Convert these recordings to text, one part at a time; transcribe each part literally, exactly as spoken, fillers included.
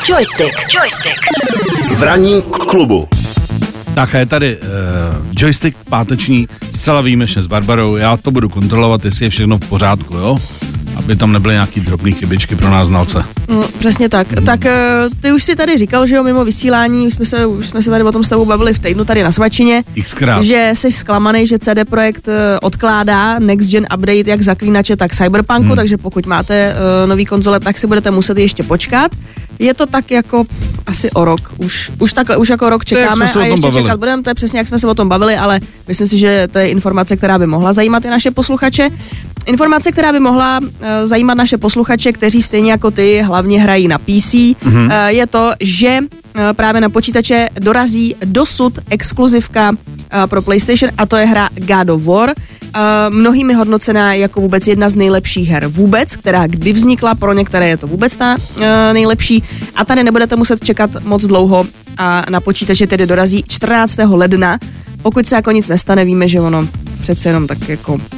Joystick. Joystick. V ranním klubu. Tak a je tady uh, joystick páteční, zcela výjimečně s Barbarou, já to budu kontrolovat, jestli je všechno v pořádku, jo? Aby tam nebyly nějaký drobný chybičky pro nás znalce. No, přesně tak. Hmm. Tak ty už si tady říkal, že jo, mimo vysílání, už jsme se, už jsme se tady o tom s tebou bavili v týdnu tady na Svačině, Xkrát. Že jsi zklamaný, že C D Projekt odkládá Next Gen Update jak Zaklínače, tak Cyberpunku, hmm. takže pokud máte uh, nový konzole, tak si budete muset ještě počkat. Je to tak jako asi o rok. Už, už takhle, už jako rok čekáme a ještě bavili. čekat budeme. To je přesně, jak jsme se o tom bavili, ale myslím si, že to je informace, která by mohla zajímat i naše posluchače. Informace, která by mohla uh, zajímat naše posluchače, kteří stejně jako ty hlavně hrají na P C, mm-hmm. uh, je to, že uh, právě na počítače dorazí dosud exkluzivka uh, pro PlayStation a to je hra God of War. Uh, mnohými hodnocená jako vůbec jedna z nejlepších her vůbec, která kdy vznikla, pro některé je to vůbec ta uh, nejlepší a tady nebudete muset čekat moc dlouho a na počítače tedy dorazí čtrnáctého ledna. Pokud se jako nic nestane, víme, že ono přece jenom tak jako uh,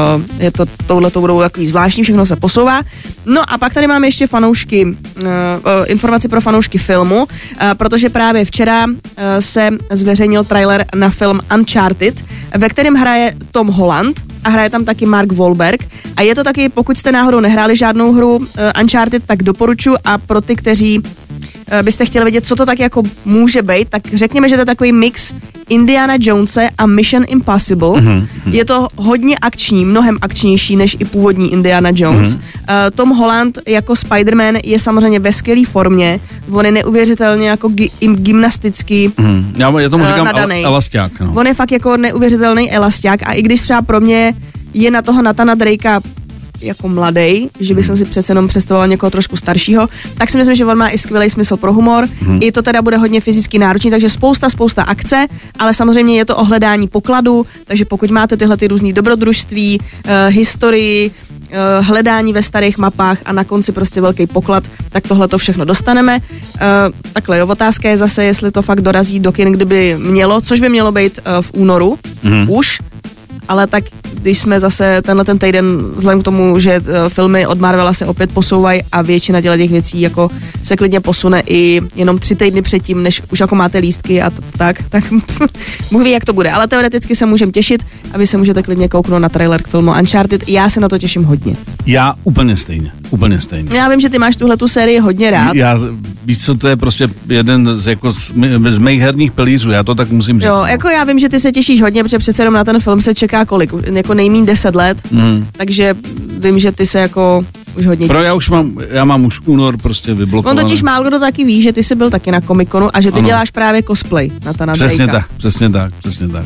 je to, touhle to budou takový zvláštní, všechno se posouvá. No a pak tady máme ještě fanoušky, uh, uh, informaci pro fanoušky filmu, uh, protože právě včera uh, se zveřejnil trailer na film Uncharted, ve kterém hraje Tom Holland a hraje tam taky Mark Wahlberg a je to taky, pokud jste náhodou nehráli žádnou hru uh, Uncharted, tak doporučuji a pro ty, kteří uh, byste chtěli vědět, co to tak jako může být, tak řekněme, že to je takový mix Indiana Jonese a Mission Impossible. Mm-hmm. Je to hodně akční, mnohem akčnější než i původní Indiana Jones. Mm-hmm. Uh, Tom Holland jako Spider-Man je samozřejmě ve skvělé formě, on je neuvěřitelně jako gi- gymnastický mm-hmm. Já, já tomu říkám uh, el- elasták. No. On je fakt jako neuvěřitelný elasták a i když třeba pro mě je na toho Nathana Drakea jako mladej, že bych hmm. si přece jenom představovala někoho trošku staršího, tak si myslím, že on má i skvělý smysl pro humor. Hmm. I to teda bude hodně fyzicky náročný, takže spousta, spousta akce, ale samozřejmě je to o hledání pokladu, takže pokud máte tyhle ty různý dobrodružství, uh, historii, uh, hledání ve starých mapách a na konci prostě velký poklad, tak tohle to všechno dostaneme. Uh, takhle jo, otázka je zase, jestli to fakt dorazí do kin, kdyby mělo, což by mělo být uh, v únoru hmm. už, ale tak když jsme zase tenhle ten týden, vzhledem k tomu, že uh, filmy od Marvela se opět posouvají a většina těch věcí jako se klidně posune i jenom tři týdny předtím, než už jako máte lístky a t- tak, tak Bůh ví, jak to bude, ale teoreticky se můžeme těšit a vy se můžete klidně kouknout na trailer k filmu Uncharted, já se na to těším hodně. Já úplně stejně, úplně stejně. Já vím, že ty máš tuhletu sérii hodně rád. Já, víš co, to je prostě jeden z, jako z, z mých herních pilířů, já to tak musím říct. Jo, jako já vím, že ty se těšíš hodně, protože přece jenom na ten film se čeká kolik, jako nejméně deset let, mm. takže vím, že ty se jako už hodně Pro já už mám, já mám už únor prostě vyblokovaný. On totiž málo kdo taky ví, že ty jsi byl taky na Comic-Conu a že ty ano. děláš právě cosplay na ta Přesně tak, přesně tak, přesně tak.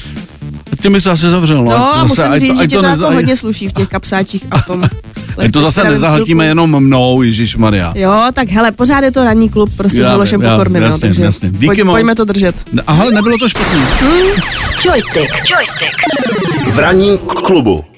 Tě mi to asi zavřelo. No a musím říct, že tě to neza... jako hodně sluší v těch kapsáčích a tom. Ať to zase nezahltíme jenom mnou, ježišmarja. Jo, tak hele, pořád je to ranní klub prostě já, s Milošem Pokorným, jasně, takže jasně. Díky pojď, moc. Pojďme to držet. Aha, nebylo to špatný. Hmm. Joystick. Joystick. V ranním klubu.